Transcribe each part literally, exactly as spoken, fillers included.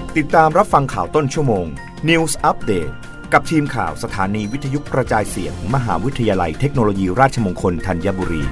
ติดตามรับฟังข่าวต้นชั่วโมง News Update กับทีมข่าวสถานีวิทยุกระจายเสียง มหาวิทยาลัยเทคโนโลยีราชมงคลธัญบุรี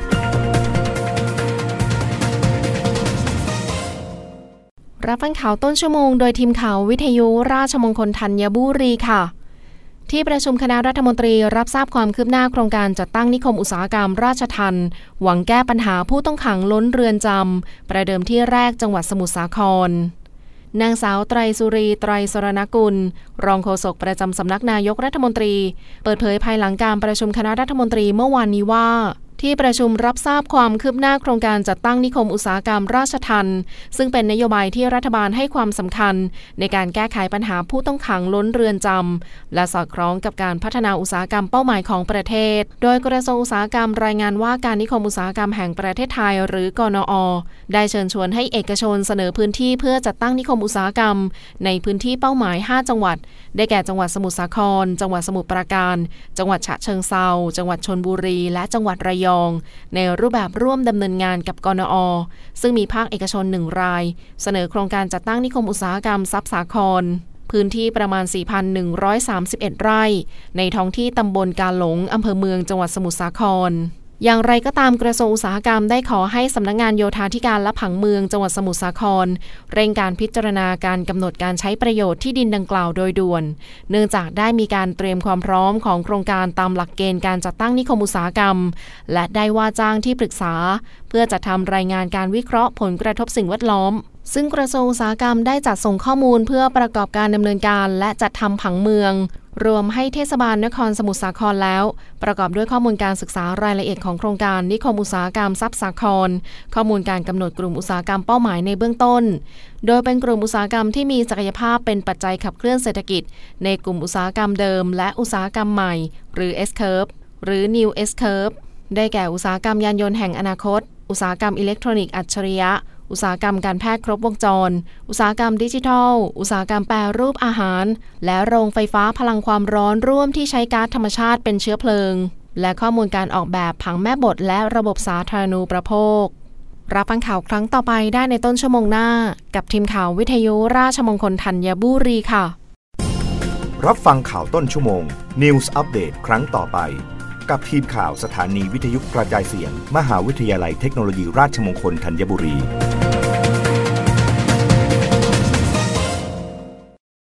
รับฟังข่าวต้นชั่วโมงโดยทีมข่าววิทยุราชมงคลธัญบุรีค่ะที่ประชุมคณะรัฐมนตรีรับทราบความคืบหน้าโครงการจัดตั้งนิคมอุตสาหกรรมราชทัณฑ์หวังแก้ปัญหาผู้ต้องขังล้นเรือนจำประเดิมที่แรกจังหวัดสมุทรสาครนางสาวไตรสุรีไตรสรณกุลรองโฆษกประจำสำนักนายกรัฐมนตรีเปิดเผยภายหลังการประชุมคณะรัฐมนตรีเมื่อวานนี้ว่าที่ประชุมรับทราบความคืบหน้าโครงการจัดตั้งนิคมอุตสาหกรรมราชทัณฑ์ซึ่งเป็นนโยบายที่รัฐบาลให้ความสำคัญในการแก้ไขปัญหาผู้ต้องขังล้นเรือนจำและสอดคล้องกับการพัฒนาอุตสาหกรรมเป้าหมายของประเทศโดยกระทรวงอุตสาหกรรมรายงานว่าการนิคมอุตสาหกรรมแห่งประเทศไทยหรือกนอ.ได้เชิญชวนให้เอกชนเสนอพื้นที่เพื่อจัดตั้งนิคมอุตสาหกรรมในพื้นที่เป้าหมายห้าจังหวัดได้แก่จังหวัดสมุทรสาครจังหวัดสมุทรปราการจังหวัดฉะเชิงเทราจังหวัดชลบุรีและจังหวัดระยองในรูปแบบร่วมดำเนินงานกับกนอ.ซึ่งมีภาคเอกชนหนึ่งรายเสนอโครงการจัดตั้งนิคมอุตสาหกรรมทรัพย์สาครพื้นที่ประมาณ สี่พันหนึ่งร้อยสามสิบเอ็ด ไร่ในท้องที่ตำบลกาหลงอำเภอเมืองจังหวัดสมุทรสาครอย่างไรก็ตามกระทรวงอุตสาหกรรมได้ขอให้สำนักงานโยธาธิการและผังเมืองจังหวัดสมุทรสาครเร่งการพิจารณาการกำหนดการใช้ประโยชน์ที่ดินดังกล่าวโดยด่วนเนื่องจากได้มีการเตรียมความพร้อมของโครงการตามหลักเกณฑ์การจัดตั้งนิคมอุตสาหกรรมและได้ว่าจ้างที่ปรึกษาเพื่อจัดทำรายงานการวิเคราะห์ผลกระทบสิ่งแวดล้อมซึ่งกระทรวงอุตสาหกรรมได้จัดส่งข้อมูลเพื่อประกอบการดำเนินการและจัดทำผังเมืองรวมให้เทศบาลนครสมุทรสาครแล้วประกอบด้วยข้อมูลการศึกษารายละเอียดของโครงการนิคมอุตสาหกรรมทรัพย์สาครข้อมูลการกำหนดกลุ่มอุตสาหกรรมเป้าหมายในเบื้องต้นโดยเป็นกลุ่มอุตสาหกรรมที่มีศักยภาพเป็นปัจจัยขับเคลื่อนเศรษฐกิจในกลุ่มอุตสาหกรรมเดิมและอุตสาหกรรมใหม่หรือ S-Curve หรือ New S-Curve ได้แก่อุตสาหกรรมยานยนต์แห่งอนาคตอุตสาหกรรมอิเล็กทรอนิกส์อัจฉริยะอุตสาหกรรมการแพทย์ครบวงจรอุตสาหกรรมดิจิทัลอุตสาหกรรมแปรรูปอาหารและโรงไฟฟ้าพลังความร้อนร่วมที่ใช้ก๊าซธรรมชาติเป็นเชื้อเพลิงและข้อมูลการออกแบบผังแม่บทและระบบสาธารณูปโภครับฟังข่าวครั้งต่อไปได้ในต้นชั่วโมงหน้ากับทีมข่าววิทยุราชมงคลธัญบุรีค่ะรับฟังข่าวต้นชั่วโมง News Update ครั้งต่อไปกับทีมข่าวสถานีวิทยุกระจายเสียงมหาวิทยาลัยเทคโนโลยีราชมงคลธัญบุรี